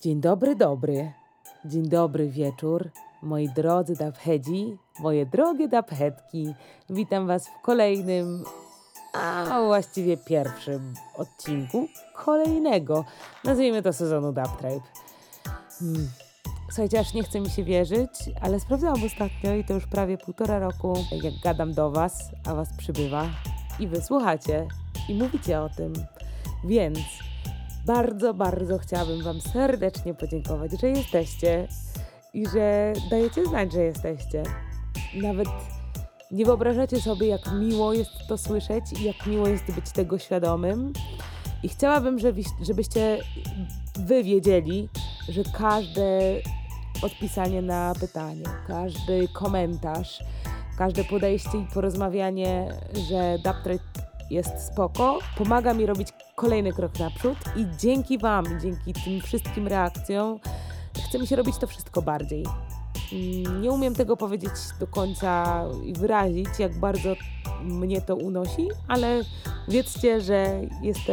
Dzień dobry, dobry. Dzień dobry wieczór, moi drodzy dubheadzi, moje drogie dubheadki. Witam was w kolejnym, a właściwie pierwszym odcinku kolejnego, nazwijmy to sezonu Dub Tribe. Słuchajcie, aż nie chce mi się wierzyć, ale sprawdzałam ostatnio i to już prawie 1,5 roku, jak gadam do was, a was przybywa i wy słuchacie i mówicie o tym, więc bardzo, bardzo chciałabym wam serdecznie podziękować, że jesteście i że dajecie znać, że jesteście. Nawet nie wyobrażacie sobie, jak miło jest to słyszeć i jak miło jest być tego świadomym. I chciałabym, żebyście wy wiedzieli, że każde odpisanie na pytanie, każdy komentarz, każde podejście i porozmawianie, że Dubtribe jest spoko, pomaga mi robić kolejny krok naprzód i dzięki wam, dzięki tym wszystkim reakcjom chce mi się robić to wszystko bardziej. Nie umiem tego powiedzieć do końca i wyrazić, jak bardzo mnie to unosi, ale wiedzcie, że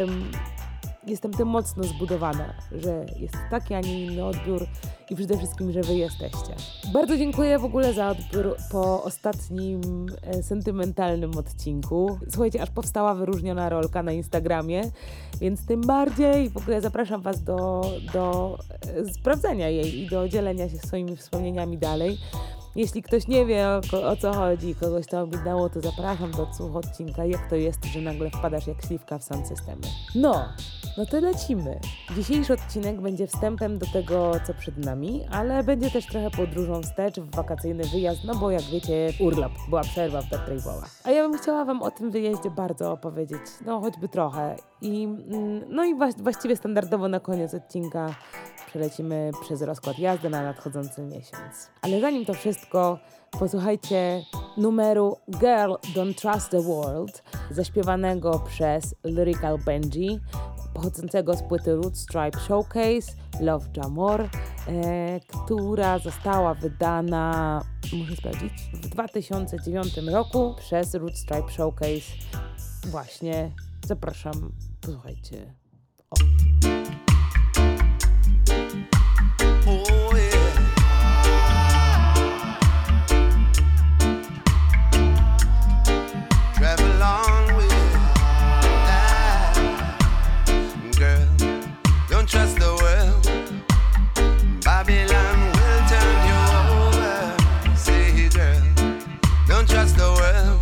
jestem tym mocno zbudowana, że jest taki, a nie inny odbiór i przede wszystkim, że wy jesteście. Bardzo dziękuję w ogóle za odbiór po ostatnim sentymentalnym odcinku. Słuchajcie, aż powstała wyróżniona rolka na Instagramie, więc tym bardziej w ogóle zapraszam was do sprawdzenia jej i do dzielenia się swoimi wspomnieniami dalej. Jeśli ktoś nie wie o co chodzi, kogoś to ominęło, to zapraszam do odsłuchu odcinka, jak to jest, że nagle wpadasz jak śliwka w sound systemy. No to lecimy. Dzisiejszy odcinek będzie wstępem do tego, co przed nami, ale będzie też trochę podróżą wstecz w wakacyjny wyjazd, no bo jak wiecie, urlop, była przerwa w Dubtribe'owa. A ja bym chciała wam o tym wyjeździe bardzo opowiedzieć, no choćby trochę. I właściwie standardowo na koniec odcinka przelecimy przez rozkład jazdy na nadchodzący miesiąc. Ale zanim to wszystko, posłuchajcie numeru Girl Don't Trust the World, zaśpiewanego przez Lyrical Benji, pochodzącego z płyty Roots Tribe Showcase Love Jamor, która została wydana, muszę sprawdzić, w 2009 roku przez Roots Tribe Showcase. Właśnie, zapraszam, posłuchajcie. O. Trust the world, Babylon will turn you over. Say, girl, don't trust the world,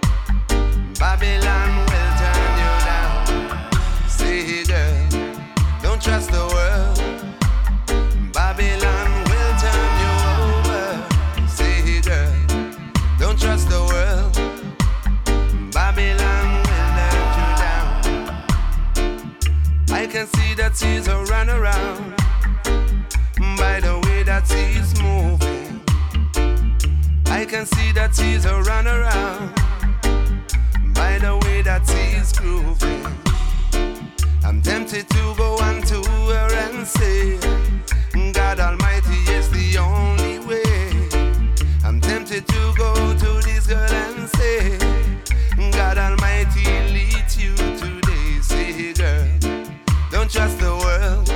Babylon will turn you down. Say, girl, don't trust the world, Babylon will turn you over. Say, girl, don't trust the world, Babylon will let you down. I can see that seas are run around by the way that sea's moving. I can see that seas are run around by the way that sea's grooving. I'm tempted to go on to her and say, God Almighty is the only way. I'm tempted to go to this girl and say, God Almighty leads you today. Say, girl, don't trust the world,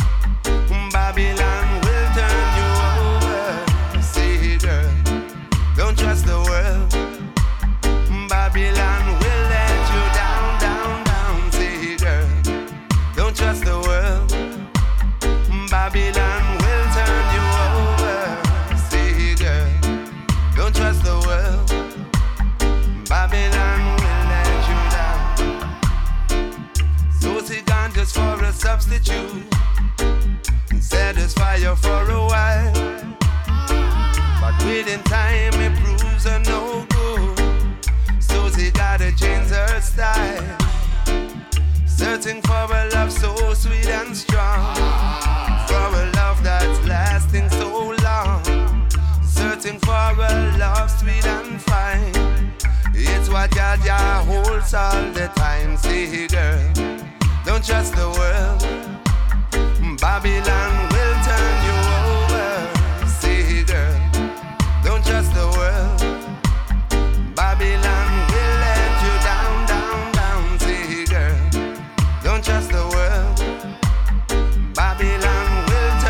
Babylon will turn you over. Say, girl, don't trust the world, Babylon will let you down, down, down. Say, girl, don't trust the world, Babylon will turn you over. Say, girl, don't trust the world, Babylon will let you down. So she gone just for a substitute, satisfy you for a while, but within time it proves her no good. So she gotta change her style, searching for a love so sweet and strong, for a love that's lasting so long, searching for a love sweet and fine. It's what Jah holds all the time. Say, girl, don't trust the world, Babylon will turn you over. Say, girl, don't trust the world, Babylon will let you down, down, down. Say, girl, don't trust the world, Babylon will turn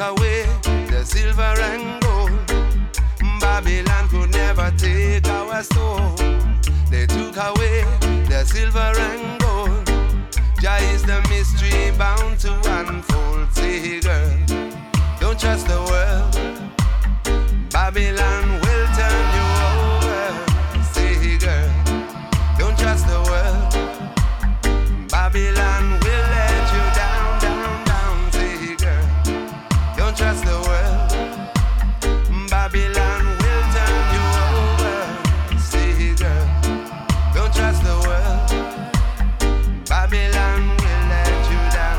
away the silver and gold. Babylon could never take our soul. They took away the silver and gold. Jah is the mystery bound to unfold. Say, girl, don't trust the world. Babylon will turn you over. Say, girl, don't trust the world. Babylon will let you down, down, down. Say, girl, don't trust the world. Babylon will turn you over. Say, girl, don't trust the world. Babylon will let you down.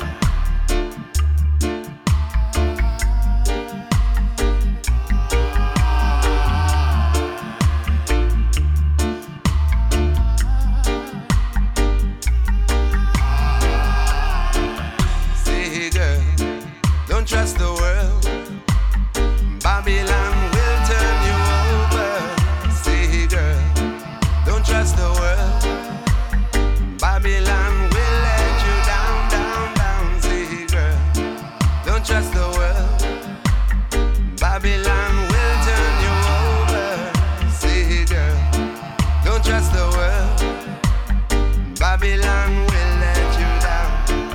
Say, girl, don't trust the world. Babylon will turn you over. Say, girl, don't trust the world. Babylon will let you down, down, down. Say, girl, don't trust the world. Babylon will turn you over. Say, girl, don't trust the world. Babylon will let you down.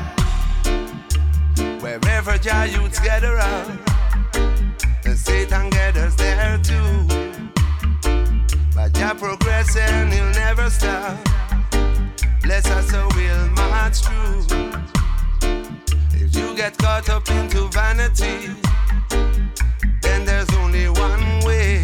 Wherever Jah youths gather around, the Satan gathers there too. But Jah progress and he'll never stop. Bless us so we'll march through. If you get caught up into vanity, then there's only one way.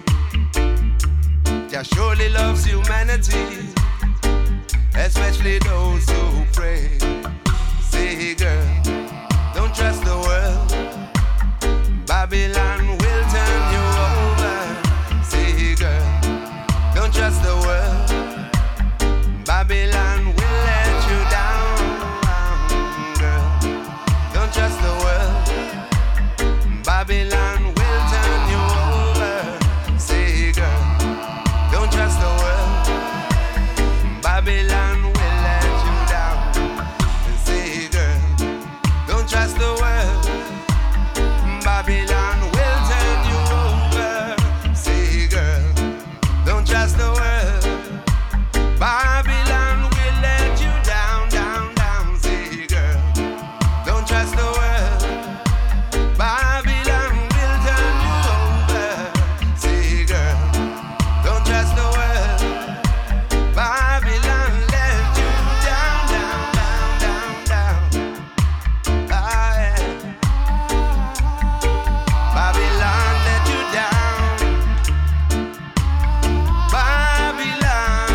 Jah surely loves humanity, especially those who pray. Say, girl, don't trust the world. Babylon will turn you over. Say, girl, don't trust the world. Babylon will let you down, girl. Don't trust the world. Babylon will turn you over. Say, girl, don't trust the world. Babylon will let you down. Say, girl, don't trust the world. Babylon will turn you over. Say, girl, don't trust the world. Babylon will let you down, down, down. Say, girl, don't trust the world. Babylon will turn you over. Say, girl, don't trust the world. Babylon let you down, down, down, down, down. Ah, yeah. Babylon let you down. Babylon.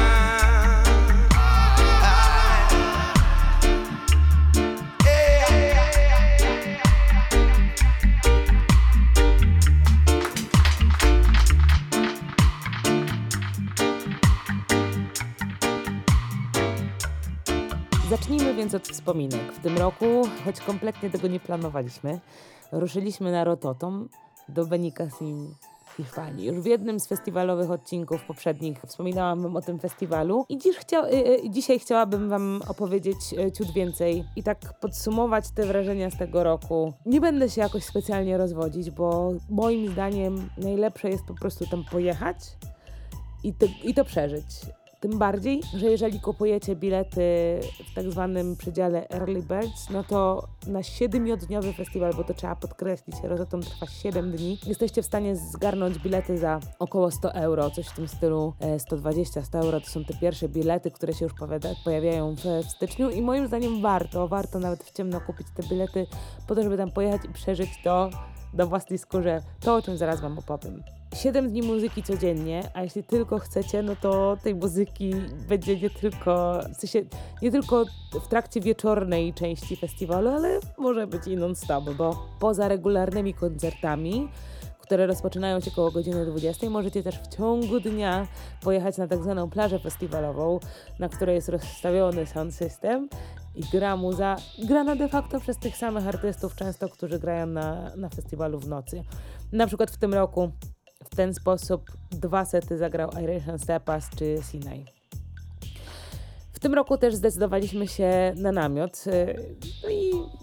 Zacznijmy więc od wspominek. W tym roku, choć kompletnie tego nie planowaliśmy, ruszyliśmy na Rototom do Benicassim w Hiszpanii. Już w jednym z festiwalowych odcinków poprzednich wspominałam wam o tym festiwalu i dzisiaj chciałabym wam opowiedzieć ciut więcej i tak podsumować te wrażenia z tego roku. Nie będę się jakoś specjalnie rozwodzić, bo moim zdaniem najlepsze jest po prostu tam pojechać i to przeżyć. Tym bardziej, że jeżeli kupujecie bilety w tak zwanym przedziale Early Birds, no to na 7-dniowy festiwal, bo to trzeba podkreślić, Rototom trwa 7 dni, jesteście w stanie zgarnąć bilety za około 100 euro, coś w tym stylu 120-100 euro. To są te pierwsze bilety, które się już pojawiają w styczniu i moim zdaniem warto nawet w ciemno kupić te bilety po to, żeby tam pojechać i przeżyć to na własnej skórze, to o czym zaraz wam opowiem. 7 dni muzyki codziennie, a jeśli tylko chcecie, no to tej muzyki będzie nie tylko w trakcie wieczornej części festiwalu, ale może być i non-stop, bo poza regularnymi koncertami, które rozpoczynają się koło godziny 20, możecie też w ciągu dnia pojechać na tak zwaną plażę festiwalową, na której jest rozstawiony sound system i gra muza, grana de facto przez tych samych artystów często, którzy grają na festiwalu w nocy. Na przykład w tym roku w ten sposób 2 sety zagrał Irish Stepas czy Sinai. W tym roku też zdecydowaliśmy się na namiot. No i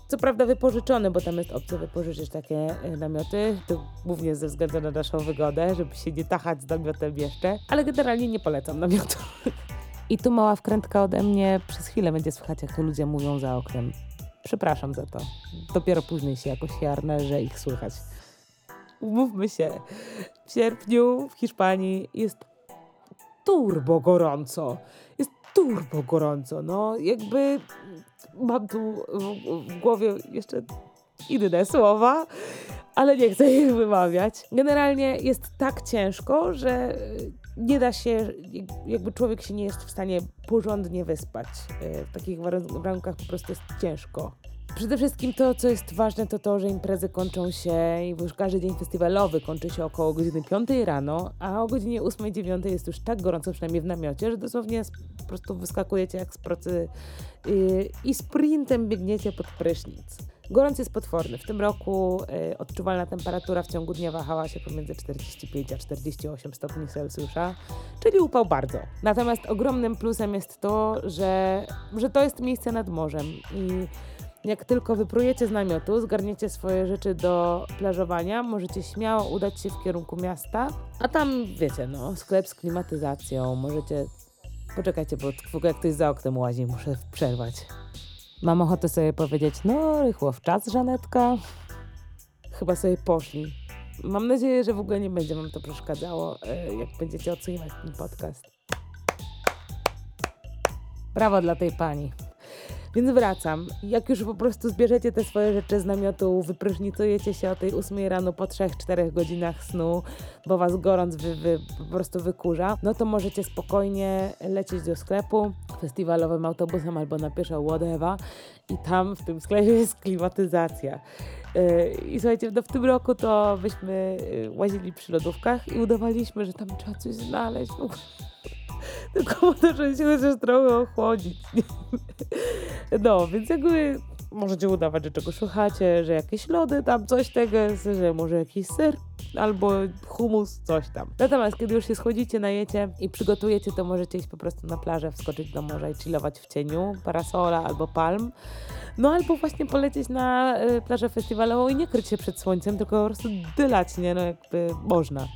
co prawda wypożyczony, bo tam jest opcja wypożyczyć takie namioty, to głównie ze względu na naszą wygodę, żeby się nie tachać z namiotem jeszcze, ale generalnie nie polecam namiotu. I tu mała wkrętka ode mnie, przez chwilę będzie słychać, jak to ludzie mówią za oknem. Przepraszam za to. Dopiero później się jakoś jarnę, że ich słychać. Umówmy się, w sierpniu w Hiszpanii jest turbo gorąco. Jest turbo gorąco, no jakby mam tu w głowie jeszcze inne słowa, ale nie chcę ich wymawiać. Generalnie jest tak ciężko, że nie da się, jakby człowiek się nie jest w stanie porządnie wyspać. W takich warunkach po prostu jest ciężko. Przede wszystkim to, co jest ważne, to to, że imprezy kończą się, i już każdy dzień festiwalowy kończy się około godziny 5 rano, a o godzinie 8-9 jest już tak gorąco, przynajmniej w namiocie, że dosłownie po prostu wyskakujecie jak z procy i sprintem biegniecie pod prysznic. Gorąc jest potworny. W tym roku odczuwalna temperatura w ciągu dnia wahała się pomiędzy 45 a 48 stopni Celsjusza, czyli upał bardzo. Natomiast ogromnym plusem jest to, że to jest miejsce nad morzem i jak tylko wyprujecie z namiotu, zgarniecie swoje rzeczy do plażowania, możecie śmiało udać się w kierunku miasta, a tam, wiecie, no, sklep z klimatyzacją, możecie... Poczekajcie, bo w ogóle ktoś za oknem łazi, muszę przerwać. Mam ochotę sobie powiedzieć, no rychło w czas, Żanetka. Chyba sobie poszli. Mam nadzieję, że w ogóle nie będzie wam to przeszkadzało, jak będziecie odsłuchiwać ten podcast. Brawo dla tej pani. Więc wracam. Jak już po prostu zbierzecie te swoje rzeczy z namiotu, wyprysznicujecie się o tej 8 rano po 3-4 godzinach snu, bo was gorąc po prostu wykurza, no to możecie spokojnie lecieć do sklepu festiwalowym autobusem albo na pieszo, whatever, i tam w tym sklepie jest klimatyzacja. I słuchajcie, no w tym roku to byśmy łazili przy lodówkach i udawaliśmy, że tam trzeba coś znaleźć. Tylko po to, żeby się chociaż trochę ochłodzić. No, więc jakby możecie udawać, że czegoś szukacie, że jakieś lody tam, coś tego jest, że może jakiś ser albo hummus, coś tam. Natomiast kiedy już się schodzicie, najecie i przygotujecie, to możecie iść po prostu na plażę, wskoczyć do morza i chillować w cieniu parasola albo palm. No albo właśnie polecieć na plażę festiwalową i nie kryć się przed słońcem, tylko po prostu dylać, nie? No jakby można.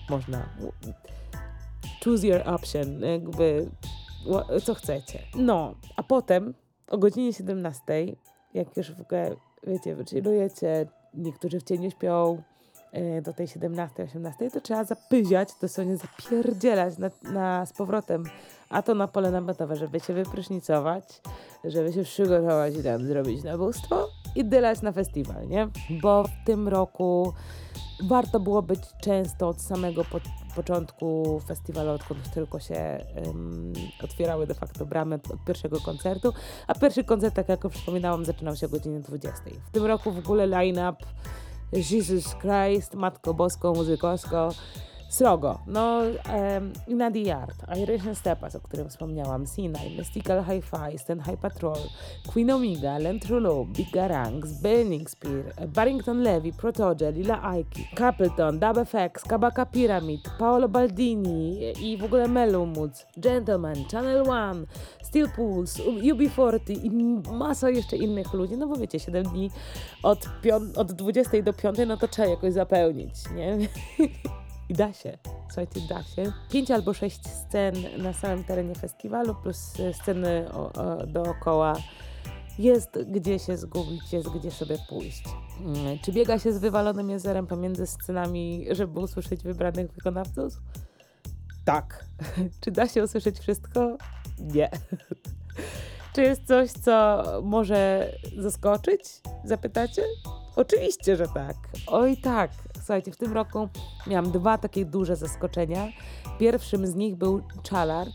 Choose your option, jakby co chcecie. No, a potem o godzinie 17, jak już w ogóle, wiecie, wychillujecie, niektórzy w cieniu śpią do tej 17-18, to trzeba zapyziać, to sobie zapierdzielać z powrotem, a to na pole namiotowe, żeby się wyprysznicować, żeby się przygotować i tam zrobić nabóstwo i dylać na festiwal, nie? Bo w tym roku warto było być często od samego początku festiwalu, odkąd tylko się otwierały de facto bramy od pierwszego koncertu, a pierwszy koncert, tak jak wspominałam, zaczynał się o godzinie 20. W tym roku w ogóle line-up Jesus Christ, Matko Bosko, Muzykosko, srogo. No, Inadi Yard, Irish Stepas, o którym wspomniałam, Sinai, Mystical Hi-Fi, Stand High Patrol, Queen Omega, Len Trullo, Big Garangs, Burning Spear, Barrington Levy, Protoje, Lila Aiki, Capleton, Dub FX, Kabaka Pyramid, Paolo Baldini i w ogóle Melumuds, Gentleman, Channel One, Steel Pulse, UB40 i masa jeszcze innych ludzi, no bo wiecie, 7 dni od 20 do 5, no to trzeba jakoś zapełnić, nie? I da się, słuchajcie, da się. 5 albo 6 scen na samym terenie festiwalu, plus sceny dookoła. Jest gdzie się zgubić, jest gdzie sobie pójść. Czy biega się z wywalonym jezerem pomiędzy scenami, żeby usłyszeć wybranych wykonawców? Tak. Czy da się usłyszeć wszystko? Nie. Czy jest coś, co może zaskoczyć? Zapytacie? Oczywiście, że tak. Oj tak. Słuchajcie, w tym roku miałam 2 takie duże zaskoczenia. Pierwszym z nich był Challard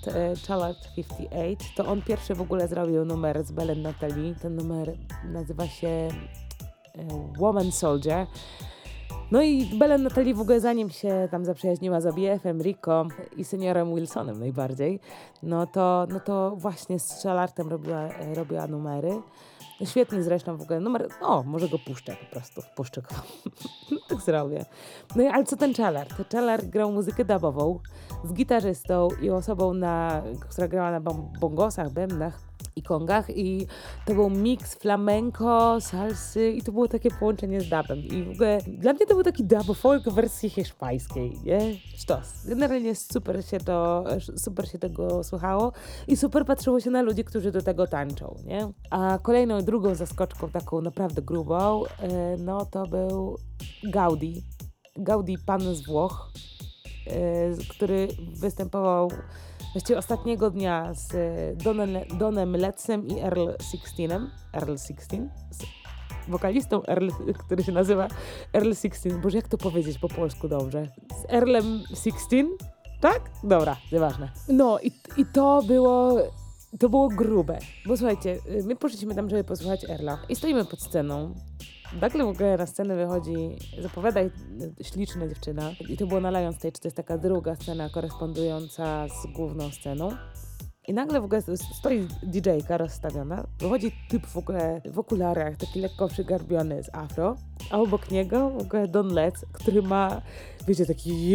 58. To on pierwszy w ogóle zrobił numer z Belen Natalie. Ten numer nazywa się Woman Soldier. No i Belen Natalie w ogóle zanim się tam zaprzyjaźniła z OBF-em, Rico i seniorem Wilsonem najbardziej, no to właśnie z Challardem robiła numery. Świetny zresztą w ogóle numer. O, może go puszczę po prostu. Puszczę go. Tak zrobię. No i ale co ten Challard? Challard grał muzykę dubową z gitarzystą i osobą, która grała na bongosach, bębnach i kongach i to był miks flamenco, salsy i to było takie połączenie z dubem i w ogóle dla mnie to był taki dub folk w wersji hiszpańskiej, nie? Sztos. Generalnie super się tego słuchało i super patrzyło się na ludzi, którzy do tego tańczą, nie? A drugą zaskoczką taką naprawdę grubą, no to był Gaudi, pan z Włoch, który występował właściwie ostatniego dnia z Donem Letzem i Earl 16, wokalistą który się nazywa Earl 16. Boże, jak to powiedzieć po polsku dobrze? Z Earlem 16? Tak? Dobra, nieważne. No i to było grube, bo słuchajcie, my poszliśmy tam, żeby posłuchać Earla i stoimy pod sceną. Nagle w ogóle na scenę wychodzi, zapowiada śliczna dziewczyna i to było na Lion Stage, to jest taka druga scena korespondująca z główną sceną. I nagle w ogóle stoi DJ-ka rozstawiona, wychodzi typ w ogóle w okularach, taki lekko przygarbiony z afro, a obok niego w ogóle Don Letts, który ma, wiecie, taki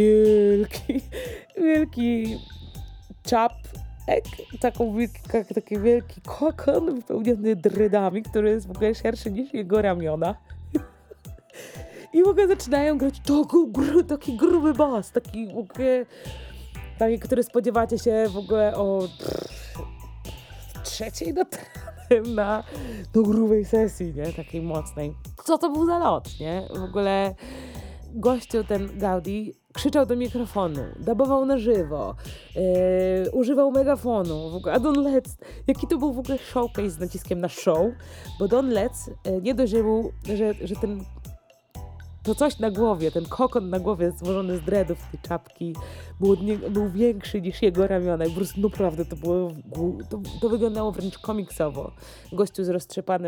wielki czap, taki wielki kokon wypełniony dreadami, który jest w ogóle szerszy niż jego ramiona. I w ogóle zaczynają grać taki gruby bas, taki w ogóle, taki, który spodziewacie się w ogóle o 3:00 nad ranem na grubej sesji, nie? Takiej mocnej. Co to był za lot, nie? W ogóle gościu ten Gaudi krzyczał do mikrofonu, dubował na żywo, używał megafonu, w ogóle, a Don Letts, jaki to był w ogóle showcase z naciskiem na show, bo Don Letts nie dość, że to coś na głowie, ten kokon na głowie złożony z dreadów, tej czapki, był większy niż jego ramiona i po prostu naprawdę to wyglądało wręcz komiksowo. Gościu z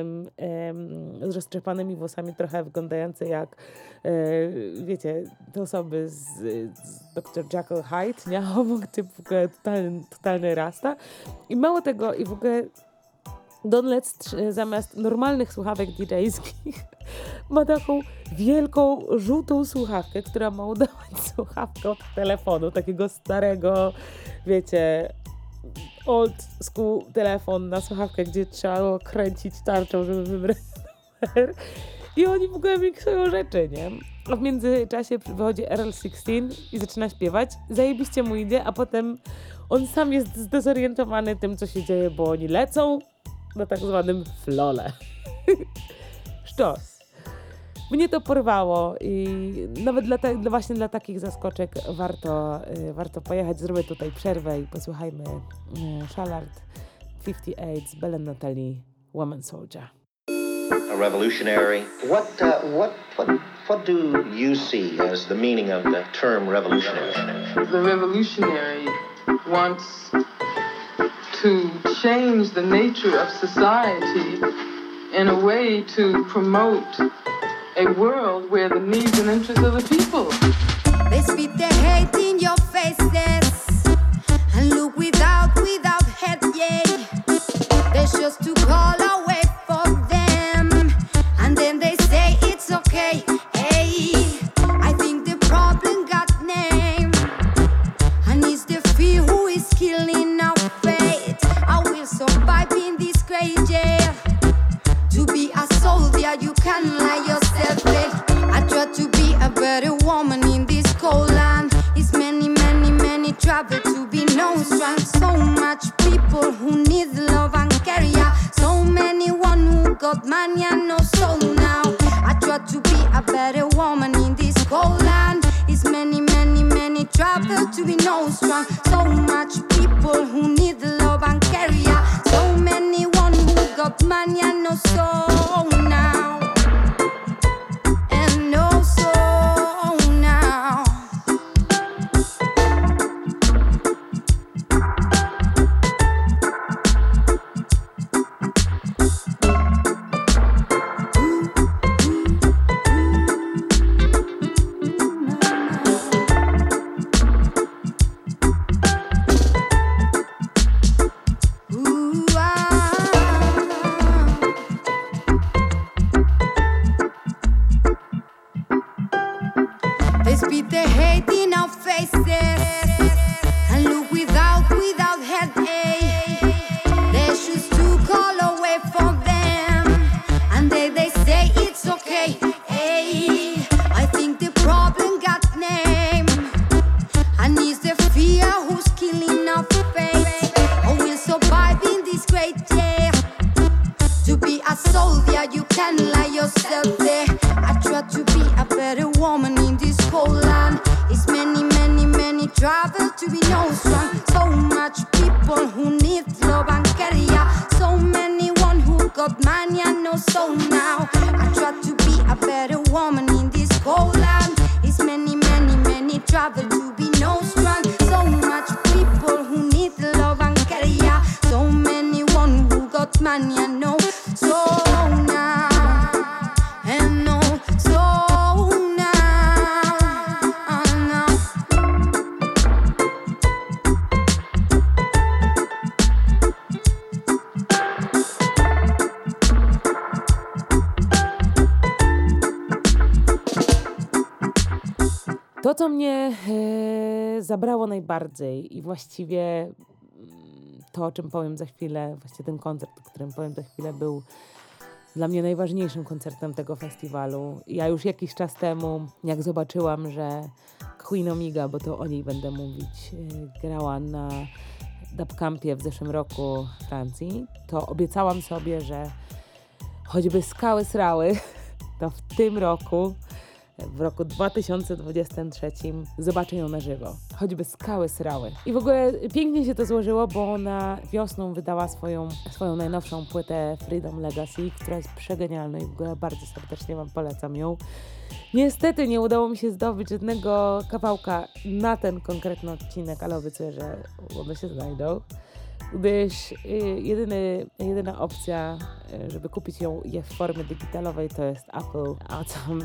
roztrzepanymi włosami, trochę wyglądający jak, wiecie, te osoby z Dr. Jekyll Hyde, nie? Obok typ w ogóle totalny rasta. I mało tego, i w ogóle Don Letts zamiast normalnych słuchawek DJ-skich ma taką wielką, żółtą słuchawkę, która ma udawać słuchawkę od telefonu, takiego starego, wiecie, old school telefon na słuchawkę, gdzie trzeba było kręcić tarczą, żeby wybrać numer. I oni w ogóle miksują rzeczy, nie? A w międzyczasie wychodzi Earl 16 i zaczyna śpiewać. Zajebiście mu idzie, a potem on sam jest zdezorientowany tym, co się dzieje, bo oni lecą na tak zwanym flole. Sztos. Mnie to porwało i nawet właśnie dla takich zaskoczek warto pojechać. Zrobię tutaj przerwę i posłuchajmy Szalard 58 z Belen Natalie, Woman Soldier. A revolutionary. What do you see as the meaning of the term revolutionary? The revolutionary wants to change the nature of society in a way to promote a world where the needs and interests of the people. They spit their hate in your faces and look without head, yeah. There's just to call away for them and then they say it's okay. Hey, I think the problem got name and it's the fear who is killing our faith. I will survive in this crazy jail. To be a soldier, you can lie yourself dead. I try to be a better woman in this cold land. It's many travel to be known strong. So much people who need love and care. So many one who got money and no soul now. I try to be a better woman in this cold land. It's many travel to be known strong. So much people who need love and care. So many one who got money and no soul now. And no soul now. so now I try to be a better woman in this cold land. It's many, many, many travel to be no strand. So much people who need love and care, yeah. So many one who got money, I know. So now, and no, so now. To, co mnie zabrało najbardziej i właściwie to, o czym powiem za chwilę, właściwie ten koncert, o którym powiem za chwilę, był dla mnie najważniejszym koncertem tego festiwalu. Ja już jakiś czas temu, jak zobaczyłam, że Queen Omega, bo to o niej będę mówić, grała na Dubcampie w zeszłym roku w Francji, to obiecałam sobie, że choćby skały srały, to w tym roku, w roku 2023 zobaczę ją na żywo. Choćby skały srały. I w ogóle pięknie się to złożyło, bo ona wiosną wydała swoją najnowszą płytę Freedom Legacy, która jest przegenialna i w ogóle bardzo serdecznie wam polecam ją. Niestety nie udało mi się zdobyć żadnego kawałka na ten konkretny odcinek, ale obiecuję, że one się znajdą. Gdyż jedyna opcja, żeby kupić ją je w formie digitalowej, to jest Apple, a tam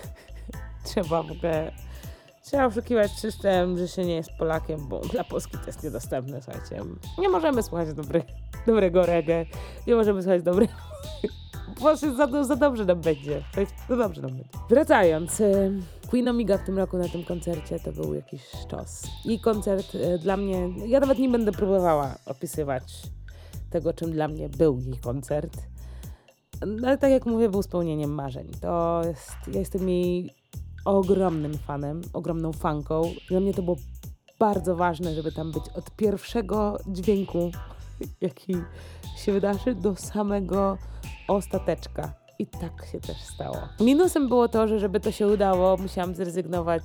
trzeba oszukiwać system, że się nie jest Polakiem, bo dla Polski to jest niedostępne, słuchajcie. Nie możemy słuchać dobrego reggae, nie możemy słuchać właśnie za dobrze nam będzie. Za dobrze nam będzie. Wracając, Queen Omega w tym roku na tym koncercie to był jakiś sztos. I koncert dla mnie, ja nawet nie będę próbowała opisywać tego, czym dla mnie był jej koncert. Ale tak jak mówię, był spełnieniem marzeń. Ja jestem jej ogromnym fanem, ogromną fanką. Dla mnie to było bardzo ważne, żeby tam być od pierwszego dźwięku, jaki się wydarzy, do samego ostateczka. I tak się też stało. Minusem było to, że żeby to się udało, musiałam zrezygnować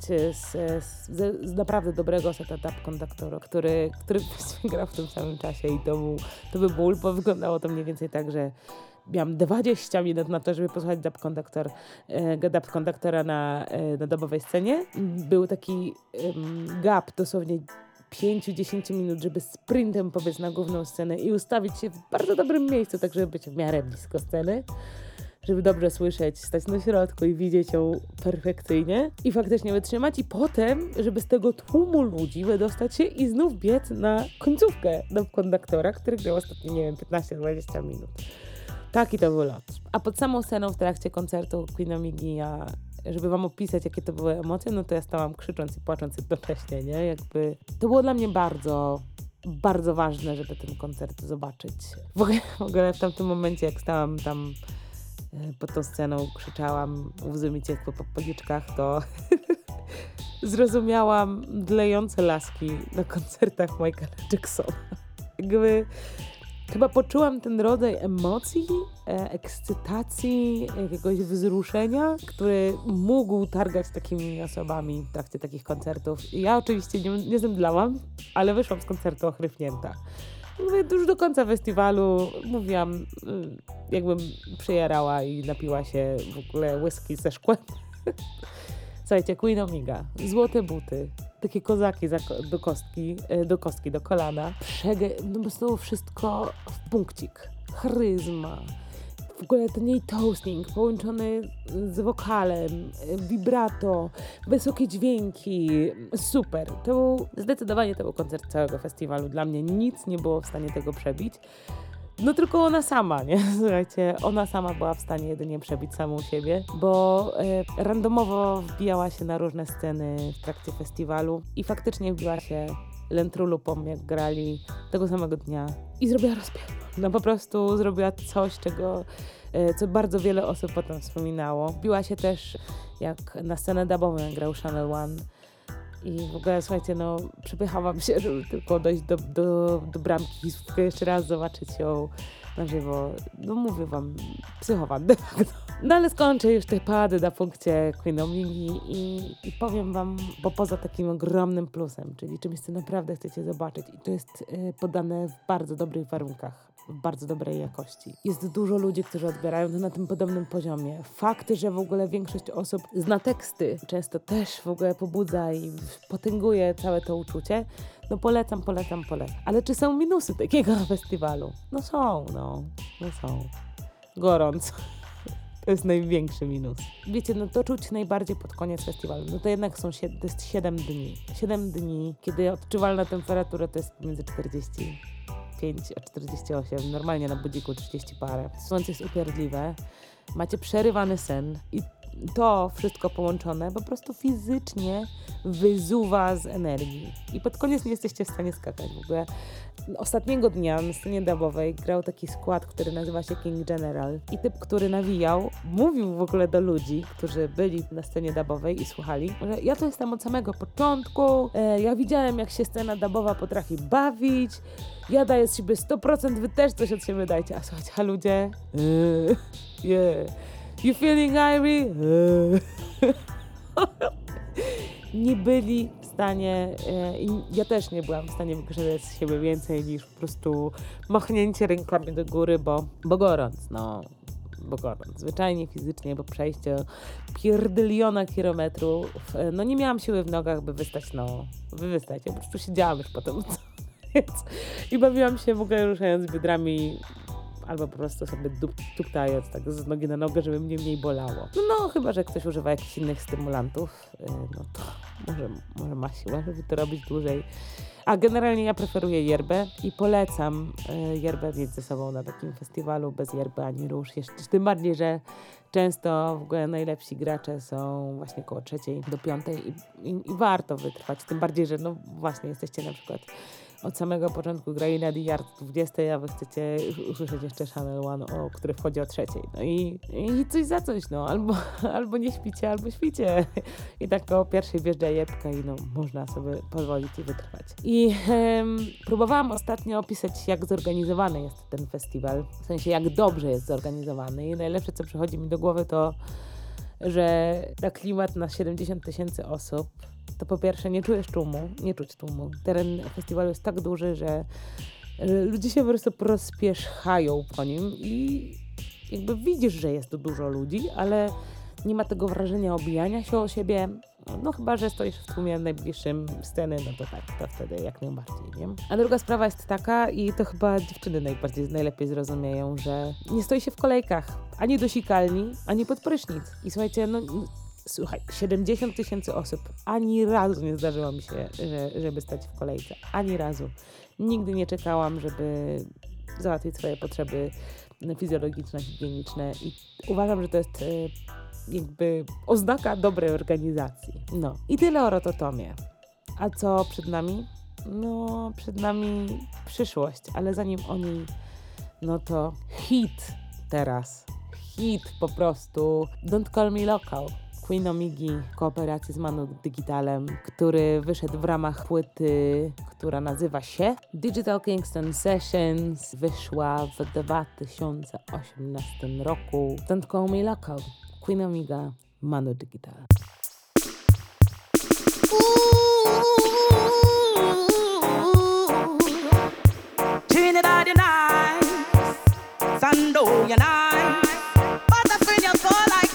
z naprawdę dobrego seta Dub-konduktora, który grał w tym samym czasie i to był ból, bo wyglądało to mniej więcej tak, że miałam 20 minut na to, żeby posłuchać Dub-konduktora na dobowej scenie. Był taki gap dosłownie 5-10 minut, żeby sprintem pobiec na główną scenę i ustawić się w bardzo dobrym miejscu, tak żeby być w miarę blisko sceny, żeby dobrze słyszeć, stać na środku i widzieć ją perfekcyjnie i faktycznie wytrzymać i potem, żeby z tego tłumu ludzi wydostać się i znów biec na końcówkę Dub-konduktora, który grał ostatnio, 15-20 minut. Taki to był lot. A pod samą sceną w trakcie koncertu Queen Omigi, żeby wam opisać, jakie to były emocje, no to ja stałam krzycząc i płacząc jednocześnie, nie? Jakby to było dla mnie bardzo, bardzo ważne, żeby ten koncert zobaczyć. W ogóle w tamtym momencie, jak stałam tam pod tą sceną, krzyczałam, łzy mi ciekły po policzkach, to zrozumiałam dlejące laski na koncertach Michaela Jacksona. Jakby chyba poczułam ten rodzaj emocji, ekscytacji, jakiegoś wzruszenia, który mógł targać takimi osobami w trakcie takich koncertów. I ja oczywiście nie zemdlałam, ale wyszłam z koncertu ochrypnięta. Już do końca festiwalu mówiłam, jakbym przyjarała i napiła się w ogóle whisky ze szkłem. Słuchajcie, Queen Omega, złote buty, takie kozaki do kostki, do kolana. Po prostu wszystko w punkcik. Charyzma. W ogóle ten jej toasting połączony z wokalem, vibrato, wysokie dźwięki. Super. Zdecydowanie to był koncert całego festiwalu. Dla mnie nic nie było w stanie tego przebić. No tylko ona sama, nie? Słuchajcie, ona sama była w stanie jedynie przebić samą siebie, bo randomowo wbijała się na różne sceny w trakcie festiwalu i faktycznie wbiła się Lentrulupom, jak grali tego samego dnia i zrobiła rozpiew. No po prostu zrobiła coś, co bardzo wiele osób potem wspominało. Wbiła się też jak na scenę dubową, jak grał Channel One. I w ogóle, słuchajcie, przepychałam się, żeby tylko dojść do bramki i jeszcze raz zobaczyć ją na żywo. No mówię wam, psychowan de facto. No ale skończę już te pady na punkcie Queen Omigi i powiem wam, bo poza takim ogromnym plusem, czyli czymś, co naprawdę chcecie zobaczyć i to jest podane w bardzo dobrych warunkach. w bardzo dobrej jakości. Jest dużo ludzi, którzy odbierają to na tym podobnym poziomie. Fakt, że w ogóle większość osób zna teksty, często też w ogóle pobudza i potęguje całe to uczucie. No polecam. Ale czy są minusy takiego festiwalu? No są. Gorąco. To jest największy minus. Wiecie, no to czuć najbardziej pod koniec festiwalu. No to jednak to jest 7 dni. 7 dni, kiedy odczuwalna temperatura to jest między 45 a 48. Normalnie na budziku 30 parę. Słońce jest upierdliwe. Macie przerywany sen i to wszystko połączone po prostu fizycznie wyzuwa z energii. I pod koniec nie jesteście w stanie skakać. W ogóle ostatniego dnia na scenie dubowej grał taki skład, który nazywa się King General. I typ, który nawijał, mówił w ogóle do ludzi, którzy byli na scenie dubowej i słuchali, że ja to jestem od samego początku, ja widziałem, jak się scena dubowa potrafi bawić, ja daję z siebie 100%, wy też coś od siebie dajcie. A słuchajcie, a ludzie... You feeling Irie? Nie byli w stanie, ja też nie byłam w stanie wykrzyczeć z siebie więcej niż po prostu machnięcie rękami do góry, bo gorąc, bo gorąc. Zwyczajnie fizycznie, po przejściu pierdyliona kilometrów, no nie miałam siły w nogach, by wystać, ja po prostu siedziałam już potem. I bawiłam się w ogóle ruszając biodrami, albo po prostu sobie tuptając tak z nogi na nogę, żeby mnie mniej bolało. No chyba, że ktoś używa jakichś innych stymulantów, no to może ma siłę, żeby to robić dłużej. A generalnie ja preferuję yerbę i polecam yerbę mieć ze sobą na takim festiwalu. Bez yerby ani rusz. Jeszcze, tym bardziej, że często w ogóle najlepsi gracze są właśnie koło 3 do 5 i warto wytrwać. Tym bardziej, że no właśnie jesteście na przykład od samego początku grali na D-Yard 20, a wy chcecie usłyszeć jeszcze Channel One, który wchodzi o 3. No i coś za coś, albo nie śpicie, albo śpicie. I tak koło 1 wjeżdża jebka i można sobie pozwolić i wytrwać. I próbowałam ostatnio opisać, jak zorganizowany jest ten festiwal. W sensie, jak dobrze jest zorganizowany. I najlepsze, co przychodzi mi do głowy, to że na klimat na 70 000 osób to po pierwsze nie czuć tłumu. Teren festiwalu jest tak duży, że ludzie się po prostu rozpieszchają po nim i jakby widzisz, że jest tu dużo ludzi, ale nie ma tego wrażenia obijania się o siebie. No chyba, że stoisz w tłumie najbliższym sceny, no to tak, to wtedy jak najbardziej, nie? A druga sprawa jest taka, i to chyba dziewczyny najlepiej zrozumieją, że nie stoi się w kolejkach ani do sikalni, ani pod prysznic. I słuchajcie, słuchaj, 70 000 osób. Ani razu nie zdarzyło mi się, żeby stać w kolejce. Ani razu. Nigdy nie czekałam, żeby załatwić swoje potrzeby fizjologiczne, higieniczne i uważam, że to jest jakby oznaka dobrej organizacji. No i tyle o Rototomie. A co przed nami? No, przed nami przyszłość, ale zanim o niej, no to hit teraz. Hit po prostu. Don't Call Me Local. Queen Omigi w kooperacji z Manu Digitalem, który wyszedł w ramach płyty, która nazywa się Digital Kingston Sessions. Wyszła w 2018 roku. Don't Call Me Local. Queen Omiga, Manu Digital. Trinidad Unites, Sando Unites, Butterfield you go like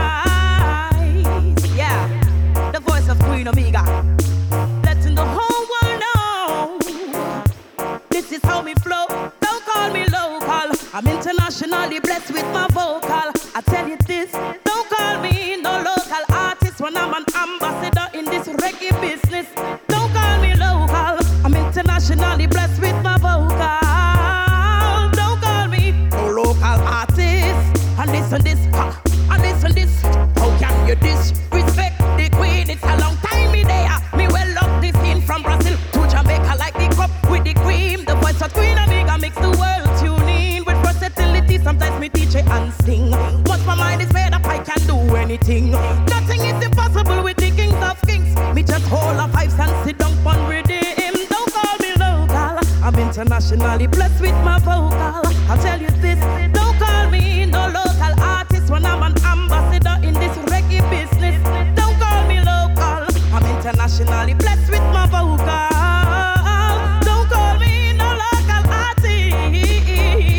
ice. Yeah, the voice of Queen Omega, letting the whole world know this is how me flow. Don't call me local, I'm internationally blessed with my vocal. I tell you this, don't call me no local artist when I'm an ambassador in this reggae business. Don't call me local, I'm internationally blessed with my vocal. Don't call me no local artist. And listen this, and listen this. How can you disrespect the queen? It's a long time me there. Me well up this in from Brazil to Jamaica like the cup with the cream. The voice of Queen Omega makes the world tune in with versatility. Sometimes me teach it and sing. Once my mind is made up, I can do anything. Nothing is impossible with the kings of kings. Me just hold a vibes and sit down on redeem. Don't call me local, I'm internationally blessed with my vocal. I'll tell you this, don't call me no local artist when I'm an ambassador in this reggae business. Don't call me local, I'm internationally blessed with my vocal. Don't call me no local artist.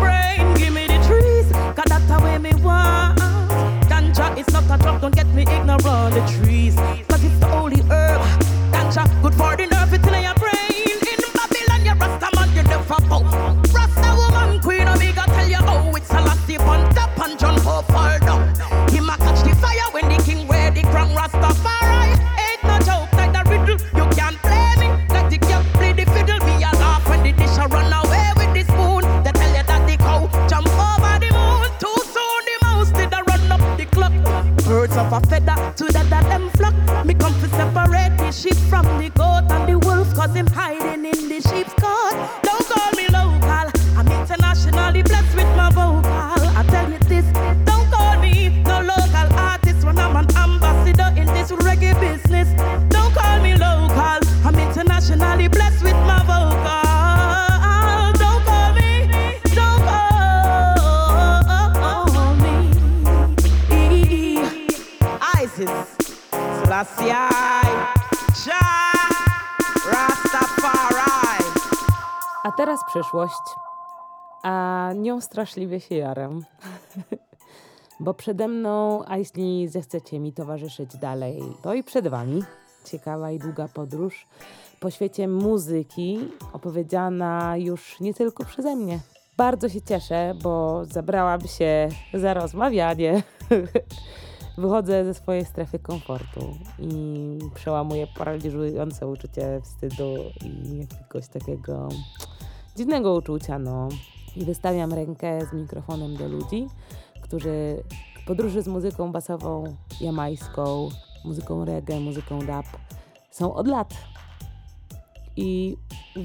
brain, give me the trees, 'cause that's the way me want. Ganja is not a drug, don't get me ignorant. The trees, 'cause it's the holy herb. Ganja good for the nerve, it's in your brain. In Babylon, you Rasta man, you never bow. Rasta woman, Queen Omega, tell you oh, it's a lassie on top and John Paul fall down. Him a catch the fire when the king wear the crown. Rastafari ain't no joke like the riddle. You can't play me like the cat play the fiddle. Me a laugh when the dish a run away with the spoon. They tell you that the cow jump over the moon. Too soon the mouse did a run up the clock. Birds of a feather to that them flock. Me come to separate the sheep from the goat and the wolf, 'cause him hiding in the sheep's coat. Don't call me local, I'm internationally blessed with my vocal. I tell you this, don't call me no local artist when I'm an ambassador in this reggae business. Don't call me local, I'm internationally blessed with my vocal. Don't call me Isis, Selassie, Jah, Rastafari. A teraz przyszłość, a nią straszliwie się jaram. Bo przede mną, a jeśli zechcecie mi towarzyszyć dalej, to i przed wami ciekawa i długa podróż po świecie muzyki, opowiedziana już nie tylko przeze mnie. Bardzo się cieszę, bo zabrałam się za rozmawianie. Wychodzę ze swojej strefy komfortu i przełamuję paraliżujące uczucie wstydu i jakiegoś takiego dziwnego uczucia, no. I wystawiam rękę z mikrofonem do ludzi, którzy w podróży z muzyką basową, jamańską, muzyką reggae, muzyką dub są od lat. I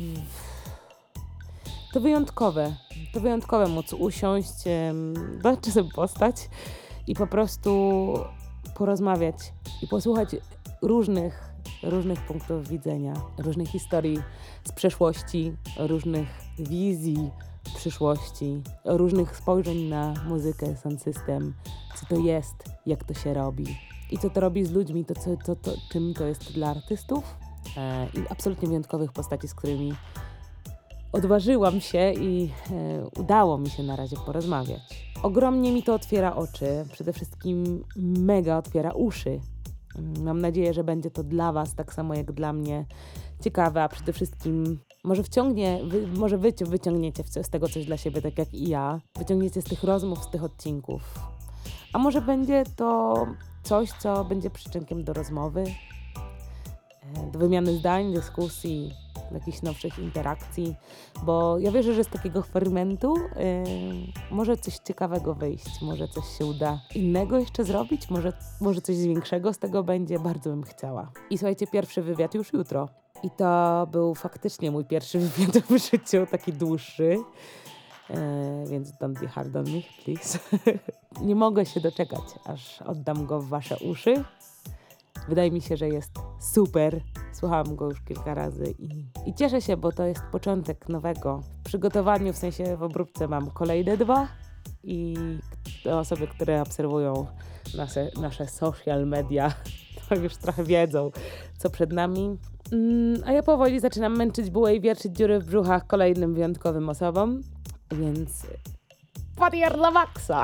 to wyjątkowe móc usiąść, dać czasem postać i po prostu porozmawiać i posłuchać różnych punktów widzenia, różnych historii z przeszłości, różnych wizji przyszłości, różnych spojrzeń na muzykę, sound system, co to jest, jak to się robi i co to robi z ludźmi, czym to jest dla artystów i absolutnie wyjątkowych postaci, z którymi odważyłam się i udało mi się na razie porozmawiać. Ogromnie mi to otwiera oczy, przede wszystkim mega otwiera uszy. Mam nadzieję, że będzie to dla was tak samo jak dla mnie ciekawe, a przede wszystkim może wy wyciągniecie z tego coś dla siebie, tak jak i ja. Wyciągniecie z tych rozmów, z tych odcinków. A może będzie to coś, co będzie przyczynkiem do rozmowy, do wymiany zdań, dyskusji, jakichś nowszych interakcji, bo ja wierzę, że z takiego fermentu może coś ciekawego wyjść, może coś się uda innego jeszcze zrobić, może coś większego z tego będzie, bardzo bym chciała. I słuchajcie, pierwszy wywiad już jutro. I to był faktycznie mój pierwszy wywiad w życiu, taki dłuższy, więc don't be hard on me, please. Nie mogę się doczekać, aż oddam go w wasze uszy. Wydaje mi się, że jest super. Słuchałam go już kilka razy i cieszę się, bo to jest początek nowego. W przygotowaniu, w sensie w obróbce mam kolejne 2 i osoby, które obserwują nasze social media, to już trochę wiedzą, co przed nami. A ja powoli zaczynam męczyć bułę i wietrzyć dziury w brzuchach kolejnym wyjątkowym osobom, więc parier dla maksa.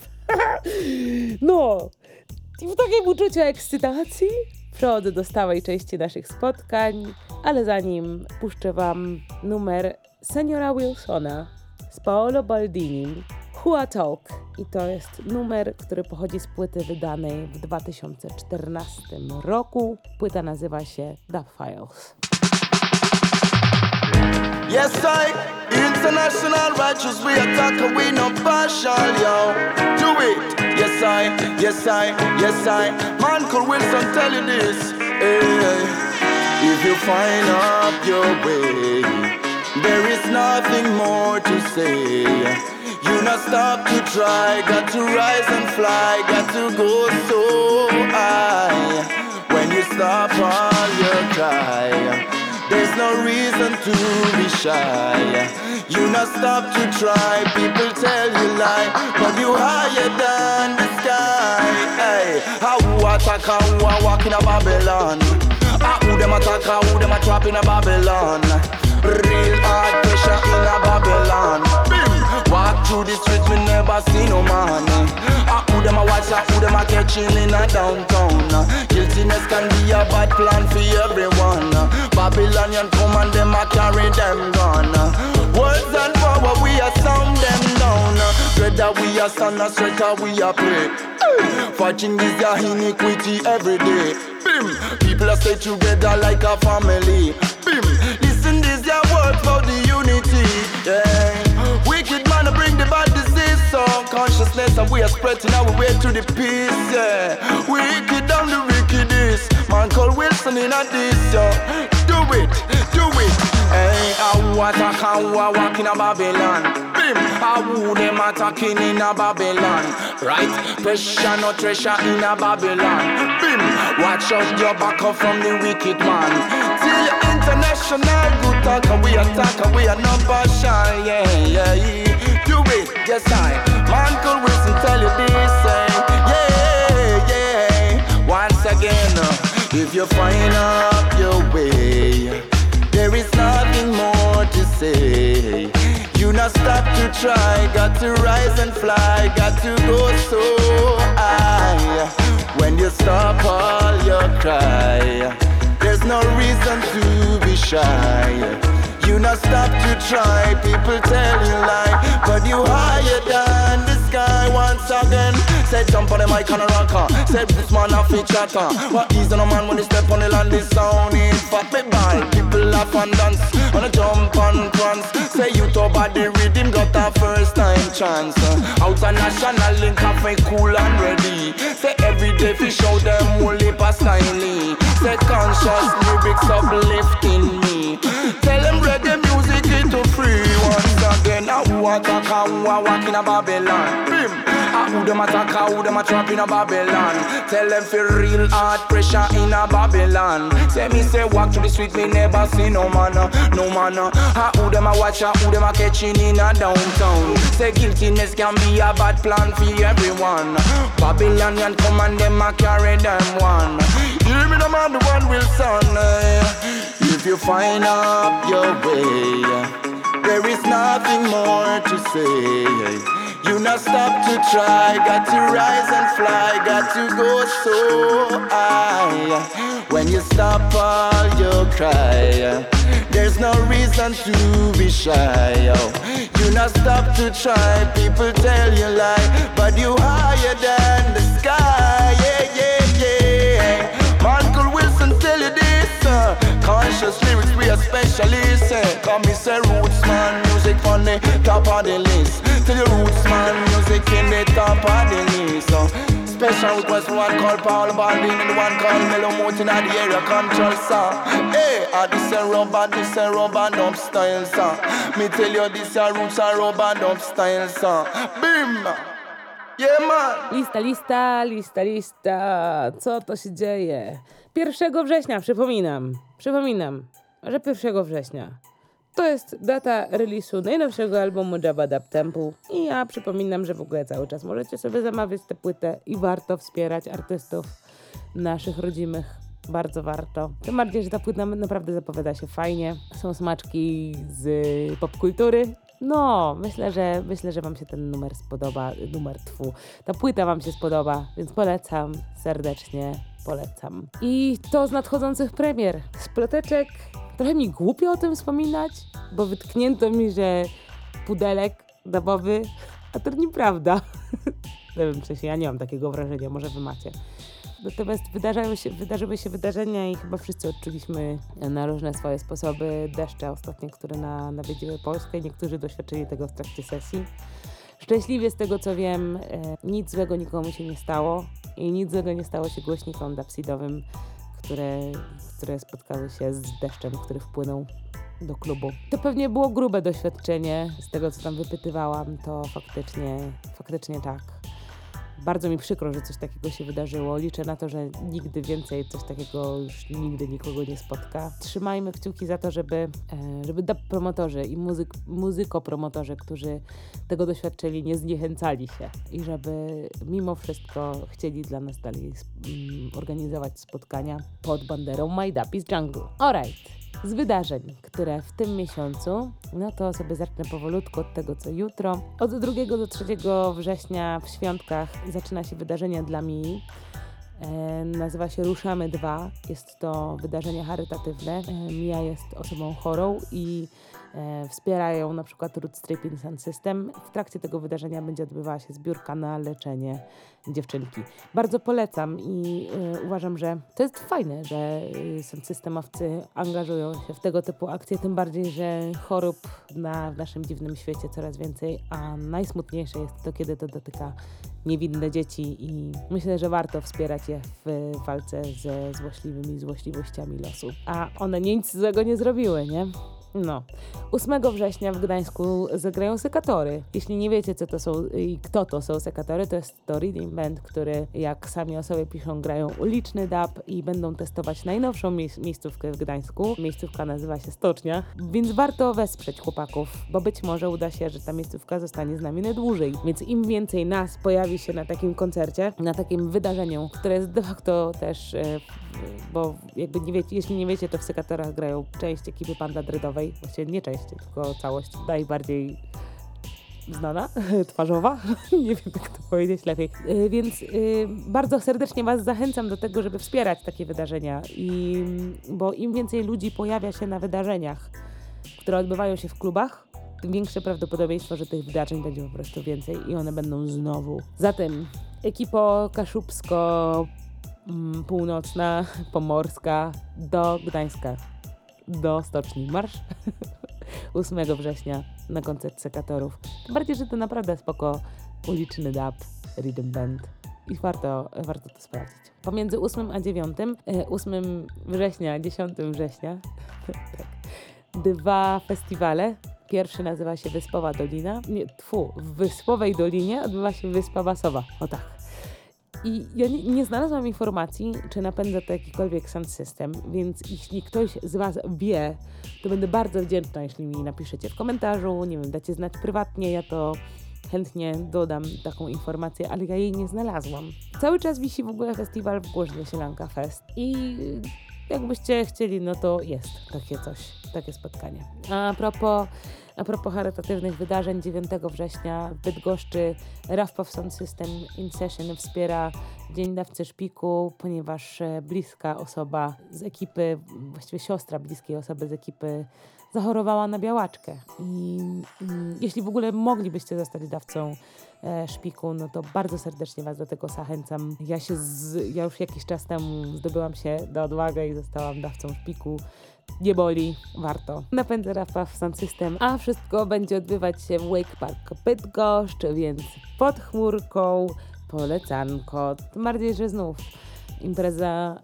No, i w takim uczuciu ekscytacji przechodzę do stałej części naszych spotkań, ale zanim puszczę wam numer Seniora Wilsona z Paolo Baldinim, Hua Talk. I to jest numer, który pochodzi z płyty wydanej w 2014 roku. Płyta nazywa się Dub Files. Yes, I, international righteous, we attack and we no partial, yo. Do it. Yes, I. Man, Wilson tell you this. Hey, if you find up your way, there is nothing more to say. You not stop to try, got to rise and fly, got to go so high. When you stop all your cry, there's no reason to be shy. You not stop to try, people tell you lie, but you higher than the sky. Hey, how attack, how walk in a Babylon? Who them attack, who them a trap in a Babylon? Real hard pressure in a Babylon. Walk through the streets, me never see no man. Who them a watch, who them a catching in a downtown. Guiltiness can be a bad plan for everyone. Babylonian come and them a carry them gun. Words and power, we a sound them down. Whether we a stand or straight or we a play. Fighting is your iniquity every day. Bim, people are stay together like a family. Bim, listen this your word for the unity. Yeah, wicked man bring the bad disease. So consciousness and we are spreading our way to the peace. Yeah, wicked down the wickedest. Man called Wilson in a this. Yeah, do it, do it. Hey, who attack and who are walking a Babylon? Bim, who them attacking in a Babylon? Right, pressure no treasure in a Babylon. Bim, watch out your back up from the wicked man. Till your international good talk and we attack and we are not partial. Yeah, yeah, yeah. Do it, yes I. Man could Wilson tell you this. Yeah, yeah. Once again, if you find up your way, there is nothing more to say. You not stop to try, got to rise and fly, got to go so high. When you stop all your cry, there's no reason to be shy. You not stop to try, people tell you lie, but you higher than the sky once again. Say jump on the mic and a rocker, say this man a fit chatter. What is on a man when he step on the land, this sound is fat me ball. People laugh and dance, on a jump and prance. Say you talk about the rhythm, got a first time chance. Out a national link, cafe cool and ready. Say every day fi show them only past styling. Say conscious lyrics uplifting me. Tell them reggae music into free once again. Who attack, who are walking a Babylon? Bim. Who them attack, who them a trap in a Babylon? Tell them feel real hard pressure in a Babylon. Say me say walk through the street, me never see no man, no man. Who them a watch, who them a catching in a downtown? Say guiltiness can be a bad plan for everyone. Babylonian come and them a carry them one. Hear me no man, the one Wilson. If you find up your way, there is nothing more to say. You not stop to try, got to rise and fly, got to go so high. When you stop all your cry, there's no reason to be shy. You not stop to try, people tell you lie, but you higher than the sky. Yeah, yeah, yeah. Man could Wilson tell you this. Conscious lyrics, we are specialists. Come me say roots man, music on the top of the list. Till your roots man, music in the top of the list. Special request one called Paul Baldwin and the one called Mellow Mountain at the area control song. Hey, this a rubber dub style song. Me tell you this a roots and rubber dub style song. Bim! Yeah man! Lista. Co to się dzieje? 1 września, przypominam, że 1 września to jest data release'u najnowszego albumu Jabba Dub Temple i ja przypominam, że w ogóle cały czas możecie sobie zamawiać tę płytę i warto wspierać artystów naszych rodzimych. Bardzo warto. Tym bardziej, że ta płyta naprawdę zapowiada się fajnie. Są smaczki z popkultury. No, myślę, że wam się ten numer spodoba. Ta płyta wam się spodoba, więc polecam. Serdecznie polecam. I to z nadchodzących premier. Z ploteczek. Trochę mi głupio o tym wspominać, bo wytknięto mi, że pudelek dubowy, a to nieprawda. Nie wiem, czy ja nie mam takiego wrażenia, może wy macie. Natomiast wydarzyły się wydarzenia i chyba wszyscy odczuliśmy na różne swoje sposoby deszcze ostatnie, które nawiedziły Polskę. Niektórzy doświadczyli tego w trakcie sesji. Szczęśliwie z tego co wiem, nic złego nikomu się nie stało i nic złego nie stało się głośnikom dubsidowym, które spotkały się z deszczem, który wpłynął do klubu. To pewnie było grube doświadczenie, z tego co tam wypytywałam, to faktycznie tak. Bardzo mi przykro, że coś takiego się wydarzyło. Liczę na to, że nigdy więcej coś takiego już nigdy nikogo nie spotka. Trzymajmy kciuki za to, żeby dub promotorzy i muzykopromotorzy, którzy tego doświadczyli, nie zniechęcali się i żeby mimo wszystko chcieli dla nas dalej organizować spotkania pod banderą My Dub is Jungle. Alright. Z wydarzeń, które w tym miesiącu, no to sobie zacznę powolutku od tego, co jutro. Od 2 do 3 września w świątkach zaczyna się wydarzenie dla Mii. Nazywa się Ruszamy 2. Jest to wydarzenie charytatywne. Mia jest osobą chorą i wspiera ją na przykład Root Stripping Sound System. W trakcie tego wydarzenia będzie odbywała się zbiórka na leczenie dziewczynki. Bardzo polecam i uważam, że to jest fajne, że sound systemowcy angażują się w tego typu akcje, tym bardziej, że chorób w naszym dziwnym świecie coraz więcej, a najsmutniejsze jest to, kiedy to dotyka niewinne dzieci i myślę, że warto wspierać je w walce ze złośliwymi złośliwościami losu. A one nic złego nie zrobiły, nie? No. 8 września w Gdańsku zagrają sekatory. Jeśli nie wiecie, co to są i kto to są sekatory, to jest to Reading Band, który, jak sami o sobie piszą, grają uliczny dub i będą testować najnowszą miejscówkę w Gdańsku. Miejscówka nazywa się Stocznia, więc warto wesprzeć chłopaków, bo być może uda się, że ta miejscówka zostanie z nami na dłużej. Więc im więcej nas pojawi się na takim koncercie, na takim wydarzeniu, które jest de facto też, bo jakby nie wiecie, jeśli nie wiecie, to w sekatorach grają część ekipy Panda Dreadowej, właściwie nie część, tylko całość najbardziej znana, twarzowa, nie wiem jak to powiedzieć lepiej, więc bardzo serdecznie Was zachęcam do tego, żeby wspierać takie wydarzenia, bo im więcej ludzi pojawia się na wydarzeniach, które odbywają się w klubach, tym większe prawdopodobieństwo, że tych wydarzeń będzie po prostu więcej i one będą znowu. Zatem ekipo kaszubsko-północna, pomorska do Gdańska, do Stoczni Marsz 8 września na koncert sekatorów. Tym bardziej, że to naprawdę spoko uliczny dub, rhythm band i warto to sprawdzić. Pomiędzy 8 a 9, 8 września, 10 września tak, 2 festiwale. Pierwszy nazywa się Wyspowa Dolina. W Wyspowej Dolinie odbywa się Wyspa Basowa. O tak. I ja nie znalazłam informacji, czy napędza to jakikolwiek sound system, więc jeśli ktoś z Was wie, to będę bardzo wdzięczna, jeśli mi napiszecie w komentarzu, nie wiem, dacie znać prywatnie, ja to chętnie dodam taką informację, ale ja jej nie znalazłam. Cały czas wisi w ogóle festiwal w Głoźnie Sielanka Fest i jakbyście chcieli, no to jest takie coś, takie spotkanie. A propos charytatywnych wydarzeń, 9 września w Bydgoszczy Rafpow Sound System in Session wspiera Dzień Dawcy Szpiku, ponieważ bliska osoba z ekipy, właściwie siostra bliskiej osoby z ekipy zachorowała na białaczkę. I jeśli w ogóle moglibyście zostać dawcą szpiku, no to bardzo serdecznie Was do tego zachęcam. Ja już jakiś czas temu zdobyłam się do odwagi i zostałam dawcą szpiku. Nie boli, warto. Napędzę Rafpow Sound System, a wszystko będzie odbywać się w Wake Park Bydgoszcz, więc pod chmurką, polecanko. Tym bardziej, że znów impreza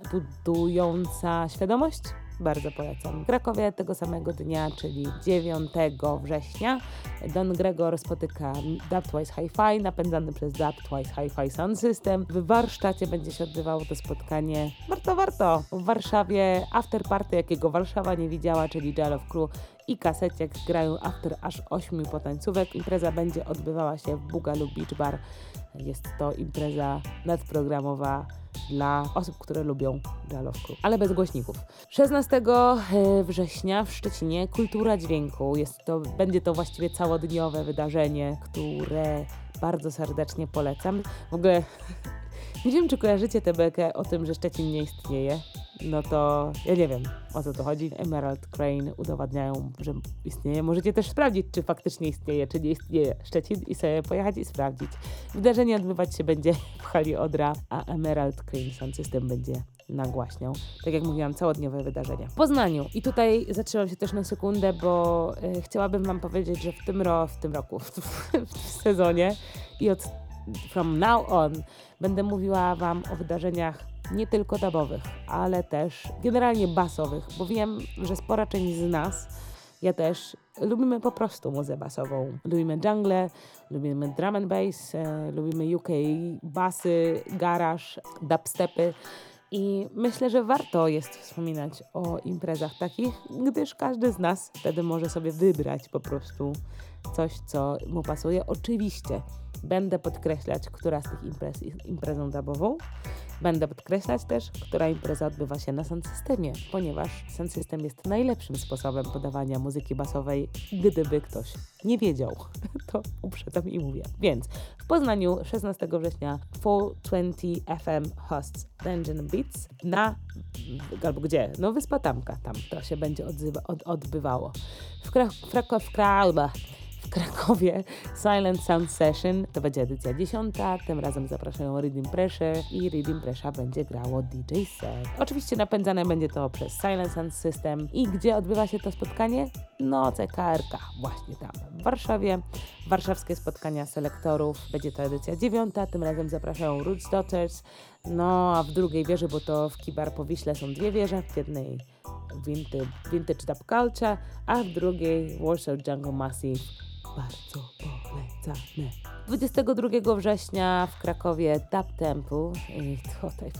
budująca świadomość. Bardzo polecam. W Krakowie tego samego dnia, czyli 9 września, Don Gregor spotyka Dub Twice Hi-Fi, napędzany przez Dub Twice Hi-Fi Sound System. W Warsztacie będzie się odbywało to spotkanie. Warto! W Warszawie afterparty, jakiego Warszawa nie widziała, czyli Jalow Crew i Kaseciek grają after aż 8 potańcówek. Impreza będzie odbywała się w Boogaloo Beach Bar. Jest to impreza nadprogramowa dla osób, które lubią Jalow Crew, ale bez głośników. 16 września w Szczecinie Kultura Dźwięku. Będzie to właściwie całodniowe wydarzenie, które bardzo serdecznie polecam. W ogóle nie wiem, czy kojarzycie tę bekę o tym, że Szczecin nie istnieje. No to ja nie wiem, o co to chodzi. Emerald Crane udowadniają, że istnieje. Możecie też sprawdzić, czy faktycznie istnieje, czy nie istnieje Szczecin i sobie pojechać i sprawdzić. Wydarzenie odbywać się będzie w hali Odra, a Emerald Crane Sound System będzie nagłaśniał. Tak jak mówiłam, całodniowe wydarzenie. W Poznaniu. I tutaj zatrzymam się też na sekundę, bo chciałabym Wam powiedzieć, że w tym roku, w sezonie i from now on będę mówiła Wam o wydarzeniach nie tylko dubowych, ale też generalnie basowych, bo wiem, że spora część z nas, ja też, lubimy po prostu muzę basową. Lubimy jungle, lubimy drum and bass, lubimy UK basy, garage, dubstepy. I myślę, że warto jest wspominać o imprezach takich, gdyż każdy z nas wtedy może sobie wybrać po prostu coś, co mu pasuje. Oczywiście będę podkreślać, która z tych imprez jest imprezą dubową Będę podkreślać też, która impreza odbywa się na Sound Systemie, ponieważ Sound System jest najlepszym sposobem podawania muzyki basowej. Gdyby ktoś nie wiedział, to uprzedzam i mówię. Więc w Poznaniu 16 września 420 FM hosts Dungeon Beats albo gdzie? No Wyspa Tamka, tam to się będzie odbywało. W Krakowie Silent Sound Session, to będzie edycja 10, tym razem zapraszają Rhythm Pressure i Rhythm Pressure będzie grało DJ Set. Oczywiście napędzane będzie to przez Silent Sound System. I gdzie odbywa się to spotkanie? No CKRK, właśnie tam w Warszawie. Warszawskie spotkania selektorów, będzie to edycja 9, tym razem zapraszają Roots Daughters. No a w drugiej wieży, bo to w Kibar po Wiśle są dwie wieże, w jednej Vintage Dub Culture, a w drugiej Warsaw Jungle Massive. Bardzo polecamy. 22 września w Krakowie Dub Temple i tutaj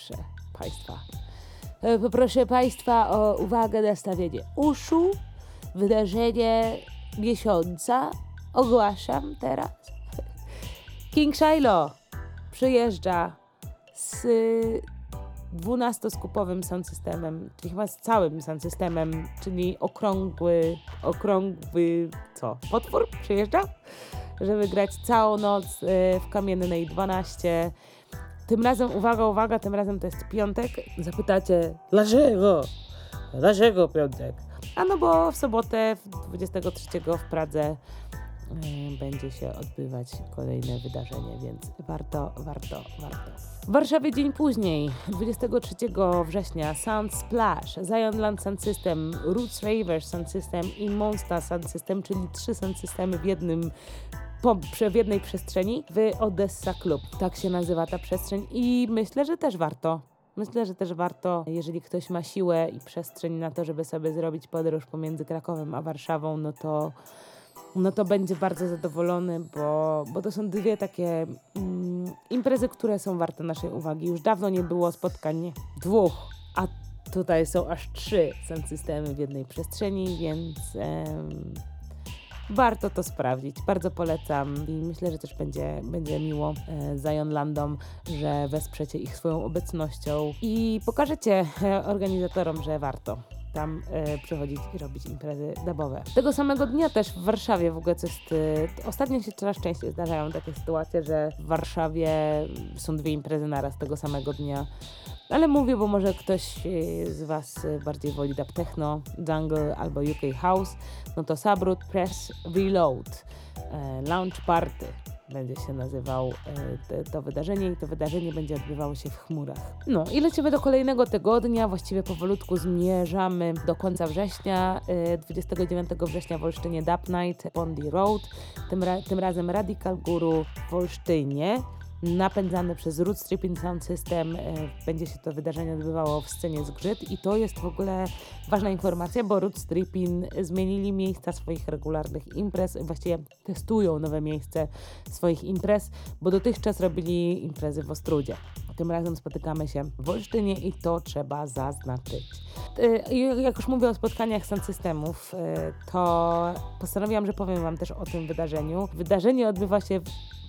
poproszę Państwa o uwagę, nastawienie uszu. Wydarzenie miesiąca ogłaszam teraz. King Shiloh przyjeżdża z 12-skupowym sound systemem, czyli chyba z całym sound systemem, czyli okrągły potwór przyjeżdża, żeby grać całą noc w Kamiennej 12. Tym razem, uwaga, tym razem to jest piątek. Zapytacie, dlaczego? Dlaczego piątek? A no bo w sobotę 23 w Pradze będzie się odbywać kolejne wydarzenie, więc warto. W Warszawie dzień później, 23 września, Sound Splash, Zionland Sound System, Roots Ravers Sound System i Monster Sound System, czyli 3 sound systemy w jednej przestrzeni w Odessa Club. Tak się nazywa ta przestrzeń i myślę, że też warto, jeżeli ktoś ma siłę i przestrzeń na to, żeby sobie zrobić podróż pomiędzy Krakowem a Warszawą, no to będzie bardzo zadowolony, bo to są dwie takie imprezy, które są warte naszej uwagi. Już dawno nie było spotkań 2, a tutaj są aż 3 sound systemy w jednej przestrzeni, więc warto to sprawdzić. Bardzo polecam i myślę, że też będzie miło Zionlandom, że wesprzecie ich swoją obecnością i pokażecie organizatorom, że warto tam przychodzić i robić imprezy dubowe. Tego samego dnia też w Warszawie w ogóle ostatnio się coraz częściej zdarzają takie sytuacje, że w Warszawie są 2 imprezy naraz tego samego dnia. Ale mówię, bo może ktoś z Was bardziej woli dub techno, jungle albo UK house, no to Sabrut Press Reload Launch Party będzie się nazywał to wydarzenie i to wydarzenie będzie odbywało się w chmurach. No i lecimy do kolejnego tygodnia, właściwie powolutku zmierzamy do końca września, 29 września w Olsztynie Dub Night, Bondi Road, tym razem Radical Guru w Olsztynie. Napędzany przez Roots Tripping Sound System będzie się to wydarzenie odbywało w scenie Zgrzyt i to jest w ogóle ważna informacja, bo Roots Tripping zmienili miejsca swoich regularnych imprez, właściwie testują nowe miejsce swoich imprez, bo dotychczas robili imprezy w Ostrudzie. Tym razem spotykamy się w Olsztynie i to trzeba zaznaczyć. Jak już mówię o spotkaniach sound systemów, to postanowiłam, że powiem Wam też o tym wydarzeniu. Wydarzenie odbywa się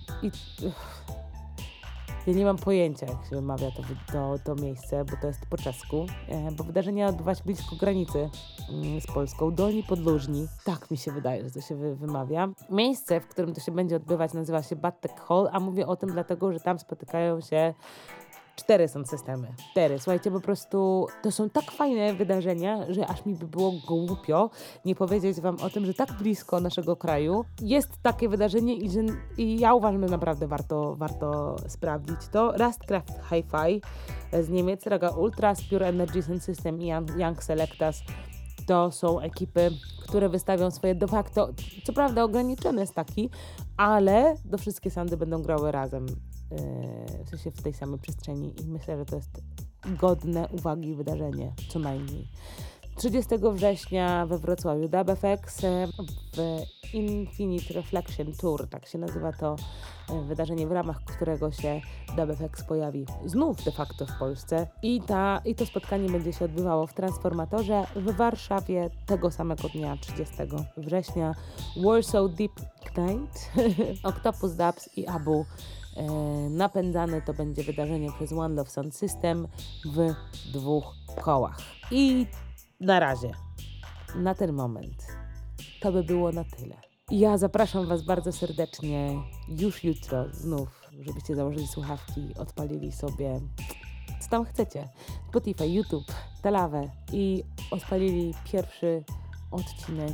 ja nie mam pojęcia, jak się wymawia to miejsce, bo to jest po czesku, bo wydarzenie odbywa się blisko granicy z Polską, Dolni Podlużni. Tak mi się wydaje, że to się wymawia. Miejsce, w którym to się będzie odbywać, nazywa się Battek Hall, a mówię o tym dlatego, że tam spotykają się 4 sound systemy. 4. Słuchajcie, po prostu to są tak fajne wydarzenia, że aż mi by było głupio nie powiedzieć Wam o tym, że tak blisko naszego kraju jest takie wydarzenie i ja uważam, że naprawdę warto sprawdzić to. Rustcraft Hi-Fi z Niemiec, Raga Ultras, Pure Energy Sound System i Young Selectas. To są ekipy, które wystawią swoje de facto, co prawda ograniczone staki, ale do wszystkie soundy będą grały razem. W sensie w tej samej przestrzeni i myślę, że to jest godne uwagi wydarzenie, co najmniej. 30 września we Wrocławiu DubFX w Infinite Reflection Tour, tak się nazywa to wydarzenie, w ramach którego się DubFX pojawi znów de facto w Polsce i to spotkanie będzie się odbywało w Transformatorze w Warszawie tego samego dnia, 30 września. Warsaw Deep Night, Octopus Dubs i Abu napędzane to będzie wydarzenie przez One Love Sound System w 2 kołach. I na razie, na ten moment, to by było na tyle. Ja zapraszam Was bardzo serdecznie już jutro znów, żebyście założyli słuchawki, odpalili sobie co tam chcecie. Spotify, YouTube, Telawę i odpalili pierwszy odcinek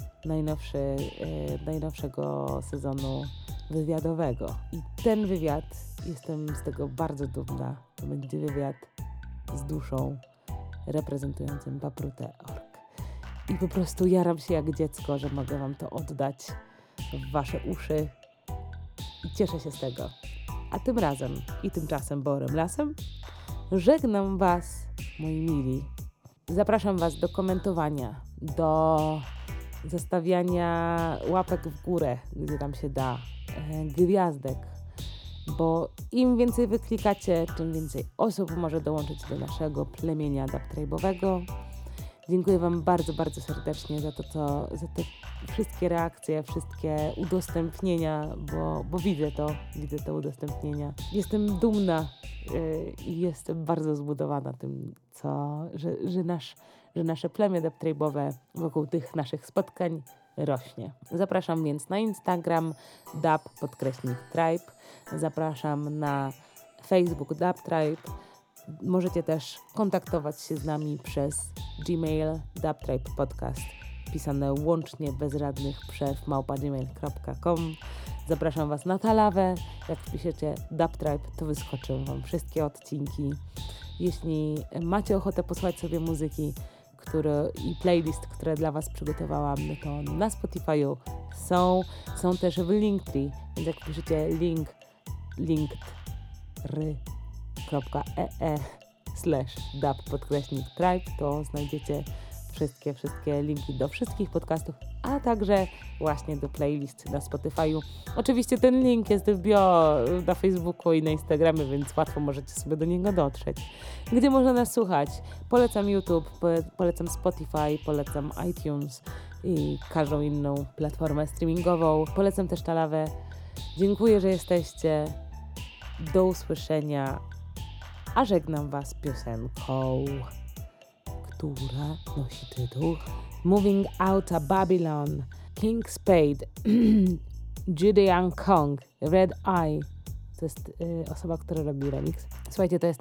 najnowszego sezonu wywiadowego. I ten wywiad, jestem z tego bardzo dumna, to będzie wywiad z duszą reprezentującym Paprutę.org. I po prostu jaram się jak dziecko, że mogę Wam to oddać w Wasze uszy i cieszę się z tego. A tym razem i tymczasem Borem Lasem żegnam Was, moi mili. Zapraszam Was do komentowania, do zostawiania łapek w górę, gdzie tam się da, gwiazdek, bo im więcej wyklikacie, tym więcej osób może dołączyć do naszego plemienia dubtribe'owego. Dziękuję Wam bardzo, bardzo serdecznie za te wszystkie reakcje, wszystkie udostępnienia, bo widzę te udostępnienia. Jestem dumna i jestem bardzo zbudowana tym, że nasze plemię dubtribe'owe wokół tych naszych spotkań rośnie. Zapraszam więc na Instagram dub_tribe, zapraszam na Facebook dubtribe. Możecie też kontaktować się z nami przez Gmail dubtribepodcast, pisane łącznie bez żadnych przerw @gmail.com. Zapraszam Was na Talawę. Jak wpiszecie Dubtribe, to wyskoczą Wam wszystkie odcinki. Jeśli macie ochotę posłuchać sobie muzyki i playlist, które dla Was przygotowałam, no to na Spotify'u są też w Linktree, więc jak wpiszecie linktr.ee/dub_tribe, to znajdziecie wszystkie linki do wszystkich podcastów, a także właśnie do playlist na Spotify'u. Oczywiście ten link jest w bio na Facebooku i na Instagramie, więc łatwo możecie sobie do niego dotrzeć. Gdzie można nas słuchać? Polecam YouTube, polecam Spotify, polecam iTunes i każdą inną platformę streamingową. Polecam też Talawę. Dziękuję, że jesteście. Do usłyszenia, a żegnam Was piosenką, która nosi tytuł Moving Out of Babylon, King Spade, Judean Kong, Red Eye. To jest osoba, która robi remix. Słuchajcie, to jest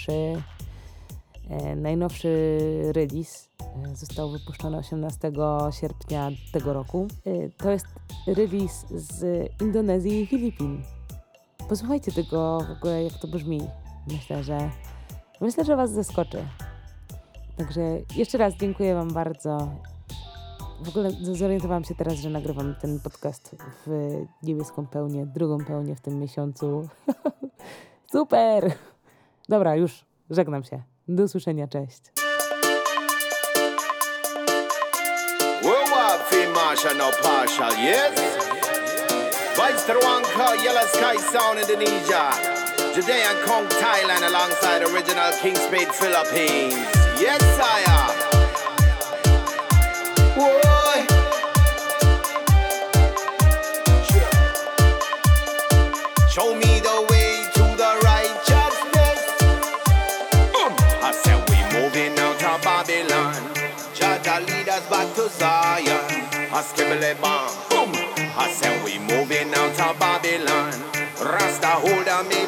najnowszy release. Został wypuszczony 18 sierpnia tego roku. To jest release z Indonezji i Filipin. Posłuchajcie tego w ogóle, jak to brzmi. Myślę, że Was zaskoczy. Także jeszcze raz dziękuję Wam bardzo. W ogóle zorientowałam się teraz, że nagrywam ten podcast w niebieską pełnię, drugą pełnię w tym miesiącu. Super! Dobra, już żegnam się. Do usłyszenia, cześć. Worldwide Field Marshal, no partial, yes? Vibes to the one called Yellow Sky Sound, Indonesia. Judean Kong, Thailand, alongside original King Spade, Philippines. Yes, sire. Boy. Show me the way to the righteousness. I said we moving out of Babylon. Jah lead us back to Zion. I skibble bomb. I said we moving out of Babylon. Rasta hold a me